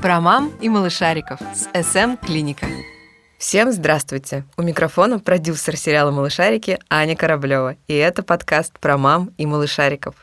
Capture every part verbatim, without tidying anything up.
Про мам и малышариков с эс эм Клиника. Всем здравствуйте! У микрофона продюсер сериала «Малышарики» Аня Кораблёва. И это подкаст про мам и малышариков.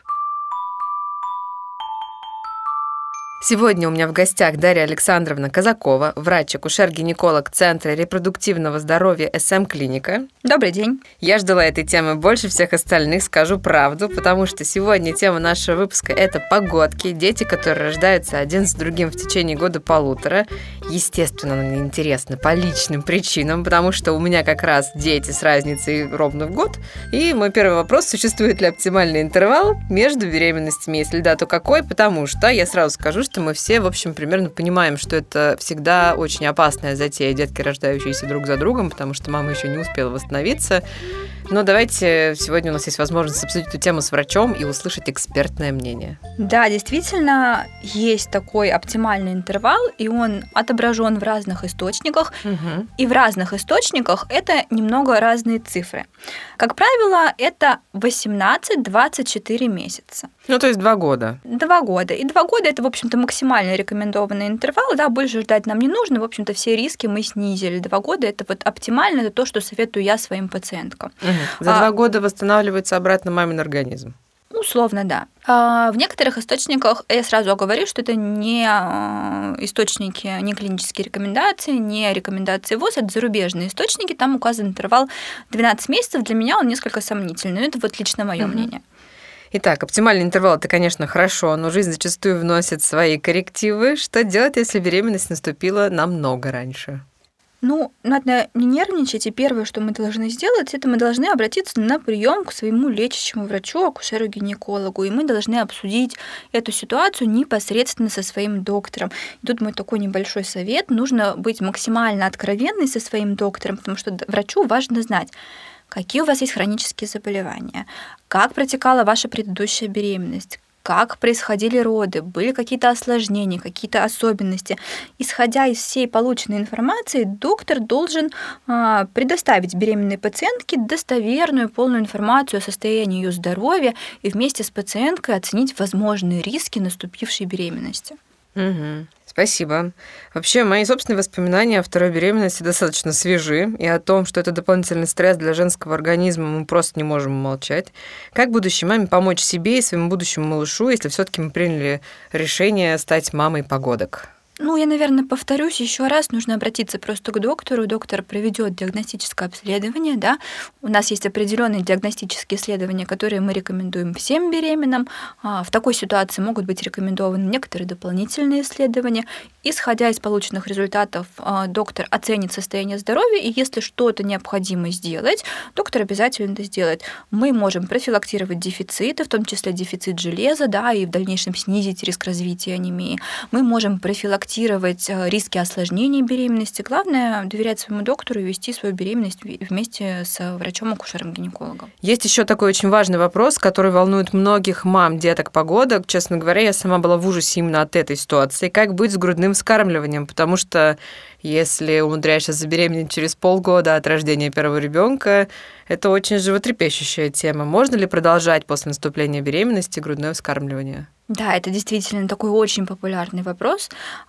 Сегодня у меня в гостях Дарья Александровна Казакова, врач-акушер-гинеколог Центра репродуктивного здоровья эс эм Клиника. Добрый день. Я ждала этой темы больше всех остальных, скажу правду, потому что сегодня тема нашего выпуска – это погодки, дети, которые рождаются один с другим в течение года-полутора. Естественно, она мне интересна по личным причинам, потому что у меня как раз дети с разницей ровно в год. И мой первый вопрос – существует ли оптимальный интервал между беременностями? Если да, то какой? Потому что я сразу скажу, что мы все, в общем, примерно понимаем, что это всегда очень опасная затея, детки, рождающиеся друг за другом, потому что мама еще не успела восстановиться. Но давайте сегодня у нас есть возможность обсудить эту тему с врачом и услышать экспертное мнение. Да, действительно, есть такой оптимальный интервал, и он отображен в разных источниках. Угу. И в разных источниках это немного разные цифры. Как правило, это восемнадцать-двадцать четыре месяца. Ну, то есть два года. Два года. И два года – это, в общем-то, максимально рекомендованный интервал. Да, больше ждать нам не нужно. В общем-то, все риски мы снизили. Два года – это вот оптимально, это то, что советую я своим пациенткам. Угу. За а, два года восстанавливается обратно мамин организм. Условно, да. А в некоторых источниках, я сразу оговорю, что это не источники, не клинические рекомендации, не рекомендации ВОЗ, это зарубежные источники. Там указан интервал двенадцать месяцев. Для меня он несколько сомнительный. Но это вот лично мое угу. мнение. Итак, оптимальный интервал – это, конечно, хорошо, но жизнь зачастую вносит свои коррективы. Что делать, если беременность наступила намного раньше? Ну, надо не нервничать, и первое, что мы должны сделать, это мы должны обратиться на прием к своему лечащему врачу, акушеру-гинекологу, и мы должны обсудить эту ситуацию непосредственно со своим доктором. И тут мой такой небольшой совет: нужно быть максимально откровенной со своим доктором, потому что врачу важно знать, какие у вас есть хронические заболевания, как протекала ваша предыдущая беременность, как происходили роды, были какие-то осложнения, какие-то особенности. Исходя из всей полученной информации, доктор должен а, предоставить беременной пациентке достоверную, полную информацию о состоянии ее здоровья и вместе с пациенткой оценить возможные риски наступившей беременности. Угу. Спасибо. Вообще, мои собственные воспоминания о второй беременности достаточно свежи, и о том, что это дополнительный стресс для женского организма, мы просто не можем молчать. Как будущей маме помочь себе и своему будущему малышу, если все-таки мы приняли решение стать мамой погодок? Ну, я, наверное, повторюсь еще раз, нужно обратиться просто к доктору. Доктор проведет диагностическое обследование, да. У нас есть определенные диагностические исследования, которые мы рекомендуем всем беременным. В такой ситуации могут быть рекомендованы некоторые дополнительные исследования. Исходя из полученных результатов, доктор оценит состояние здоровья, и если что-то необходимо сделать, доктор обязательно это сделает. Мы можем профилактировать дефициты, в том числе дефицит железа, да, и в дальнейшем снизить риск развития анемии. Мы можем профилактировать риски осложнений беременности. Главное — доверять своему доктору и вести свою беременность вместе с врачом-акушером-гинекологом. Есть еще такой очень важный вопрос, который волнует многих мам деток погодок. Честно говоря, я сама была в ужасе именно от этой ситуации. Как быть с грудным вскармливанием? Потому что если умудряешься забеременеть через полгода от рождения первого ребенка, это очень животрепещущая тема. Можно ли продолжать после наступления беременности грудное вскармливание? Да, это действительно такой очень популярный вопрос.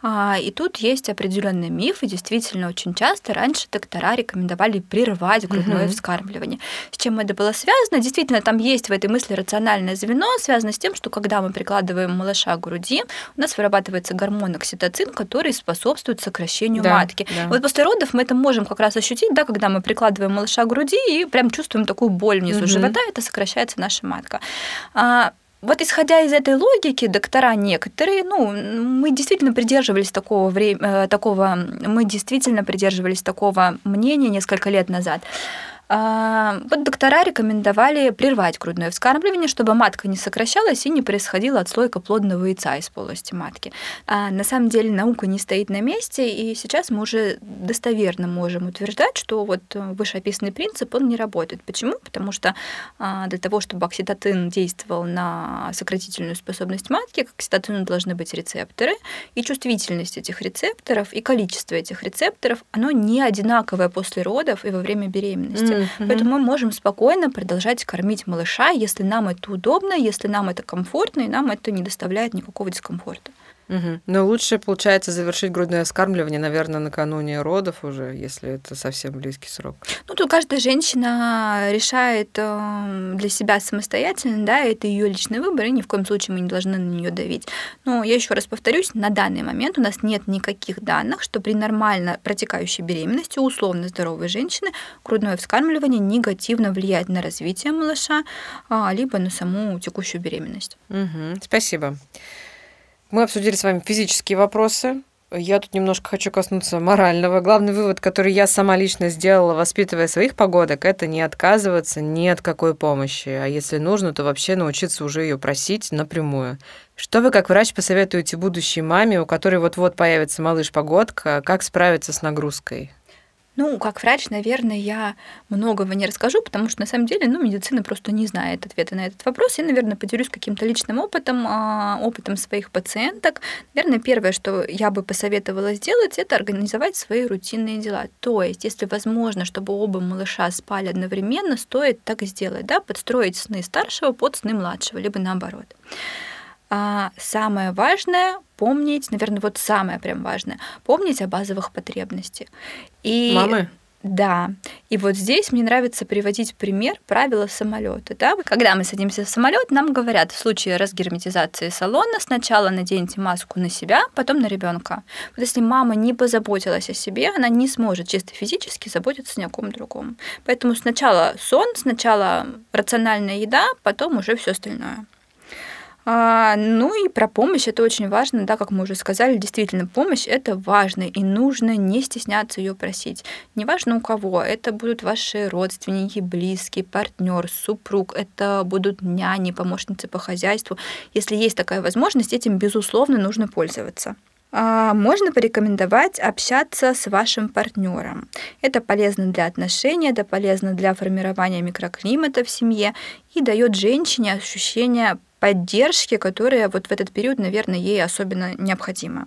И тут есть определенный миф, и действительно очень часто раньше доктора рекомендовали прерывать грудное uh-huh. вскармливание. С чем это было связано? Действительно, там есть в этой мысли рациональное звено, связано с тем, что когда мы прикладываем малыша к груди, у нас вырабатывается гормон окситоцин, который способствует сокращению да, матки. Да. Вот после родов мы это можем как раз ощутить, да, когда мы прикладываем малыша к груди и прям чувствуем такую боль внизу uh-huh. живота, это сокращается наша матка. Вот исходя из этой логики, доктора некоторые, ну, мы действительно придерживались такого времени, такого, мы действительно придерживались такого мнения несколько лет назад. Вот доктора рекомендовали прервать грудное вскармливание, чтобы матка не сокращалась и не происходила отслойка плодного яйца из полости матки. А на самом деле наука не стоит на месте, и сейчас мы уже достоверно можем утверждать, что вот вышеописанный принцип, он не работает. Почему? Потому что для того, чтобы окситоцин действовал на сократительную способность матки, к окситоцину должны быть рецепторы, и чувствительность этих рецепторов, и количество этих рецепторов, оно не одинаковое после родов и во время беременности. Mm-hmm. Поэтому мы можем спокойно продолжать кормить малыша, если нам это удобно, если нам это комфортно, и нам это не доставляет никакого дискомфорта. Угу. Но лучше, получается, завершить грудное вскармливание, наверное, накануне родов уже, если это совсем близкий срок. Ну, тут каждая женщина решает для себя самостоятельно, да, это ее личный выбор, и ни в коем случае мы не должны на нее давить. Но я еще раз повторюсь, на данный момент у нас нет никаких данных, что при нормально протекающей беременности у условно здоровой женщины грудное вскармливание негативно влияет на развитие малыша, либо на саму текущую беременность. Угу. Спасибо. Мы обсудили с вами физические вопросы. Я тут немножко хочу коснуться морального. Главный вывод, который я сама лично сделала, воспитывая своих погодок, это не отказываться ни от какой помощи. А если нужно, то вообще научиться уже ее просить напрямую. Что вы, как врач, посоветуете будущей маме, у которой вот-вот появится малыш-погодка, как справиться с нагрузкой? Ну, как врач, наверное, я многого не расскажу, потому что, на самом деле, ну, медицина просто не знает ответа на этот вопрос. Я, наверное, поделюсь каким-то личным опытом, опытом своих пациенток. Наверное, первое, что я бы посоветовала сделать, это организовать свои рутинные дела. То есть, если возможно, чтобы оба малыша спали одновременно, стоит так сделать, да, подстроить сны старшего под сны младшего, либо наоборот. А самое важное — помнить, наверное, вот самое прям важное, помнить о базовых потребностях. И мамы? Да. И вот здесь мне нравится приводить пример правила самолета. Да? Когда мы садимся в самолет, нам говорят, в случае разгерметизации салона сначала наденьте маску на себя, потом на ребенка. Вот если мама не позаботилась о себе, она не сможет чисто физически заботиться ни о ком другом. Поэтому сначала сон, сначала рациональная еда, потом уже все остальное. А, ну и про помощь это очень важно, да, как мы уже сказали, действительно, помощь это важно, и нужно не стесняться ее просить. Неважно у кого, это будут ваши родственники, близкие, партнер, супруг, это будут няни, помощницы по хозяйству. Если есть такая возможность, этим, безусловно, нужно пользоваться. Можно порекомендовать общаться с вашим партнером. Это полезно для отношений, это полезно для формирования микроклимата в семье и дает женщине ощущение поддержки, которая вот в этот период, наверное, ей особенно необходима.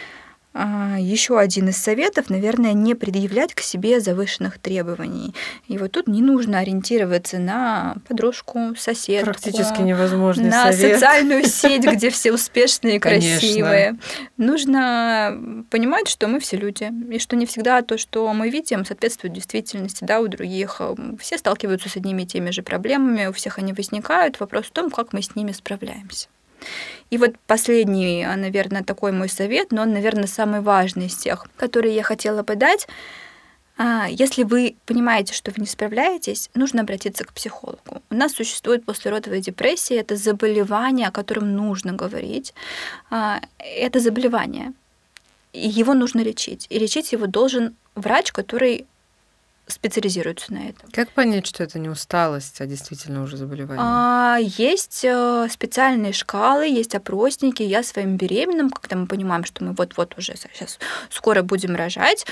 Еще один из советов, наверное, не предъявлять к себе завышенных требований. И вот тут не нужно ориентироваться на подружку, соседку. Практически невозможный на совет. Социальную сеть, где все успешные и красивые. Нужно понимать, что мы все люди, и что не всегда то, что мы видим, соответствует действительности, да, у других. Все сталкиваются с одними и теми же проблемами, у всех они возникают. Вопрос в том, как мы с ними справляемся. И вот последний, наверное, такой мой совет, но он, наверное, самый важный из тех, которые я хотела бы дать. Если вы понимаете, что вы не справляетесь, нужно обратиться к психологу. У нас существует послеродовая депрессия, это заболевание, о котором нужно говорить. Это заболевание, и его нужно лечить. И лечить его должен врач, который специализируются на этом. Как понять, что это не усталость, а действительно уже заболевание? А, есть специальные шкалы, есть опросники. Я своим беременным, когда мы понимаем, что мы вот-вот уже сейчас скоро будем рожать,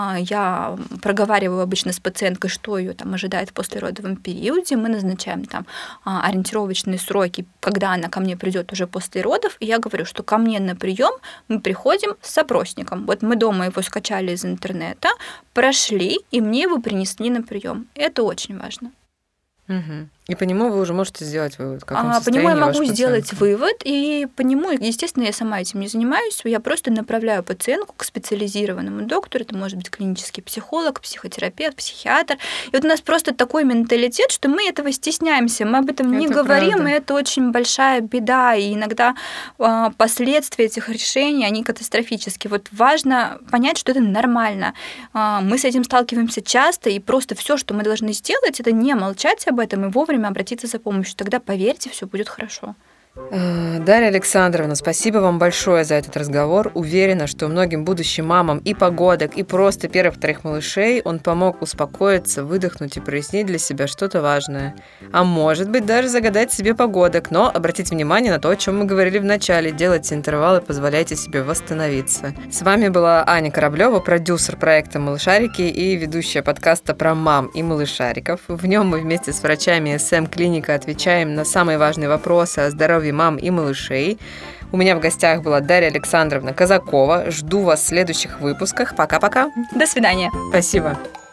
я проговариваю обычно с пациенткой, что ее там ожидает в послеродовом периоде. Мы назначаем там ориентировочные сроки, когда она ко мне придет уже после родов. И я говорю, что ко мне на прием мы приходим с опросником. Вот мы дома его скачали из интернета, прошли, и мне его принесли на прием. Это очень важно. Угу. И по нему вы уже можете сделать вывод, в каком а, По нему я могу пациентка. сделать вывод, и по нему, естественно, я сама этим не занимаюсь, я просто направляю пациентку к специализированному доктору, это может быть клинический психолог, психотерапевт, психиатр. И вот у нас просто такой менталитет, что мы этого стесняемся, мы об этом это не говорим, правда. И это очень большая беда, и иногда а, последствия этих решений, они катастрофические. Вот важно понять, что это нормально. А, мы с этим сталкиваемся часто, и просто все, что мы должны сделать, это не молчать об этом и вовремя обратиться за помощью. Тогда, поверьте, все будет хорошо. Дарья Александровна, спасибо вам большое за этот разговор. Уверена, что многим будущим мамам и погодок, и просто первых-вторых малышей он помог успокоиться, выдохнуть и прояснить для себя что-то важное. А может быть, даже загадать себе погодок. Но обратите внимание на то, о чем мы говорили в начале. Делайте интервалы, позволяйте себе восстановиться. С вами была Аня Кораблева, продюсер проекта «Малышарики» и ведущая подкаста про мам и малышариков. В нем мы вместе с врачами эс эм-клиника отвечаем на самые важные вопросы о здоровье мам и малышей. У меня в гостях была Дарья Александровна Казакова. Жду вас в следующих выпусках. Пока-пока. До свидания. Спасибо.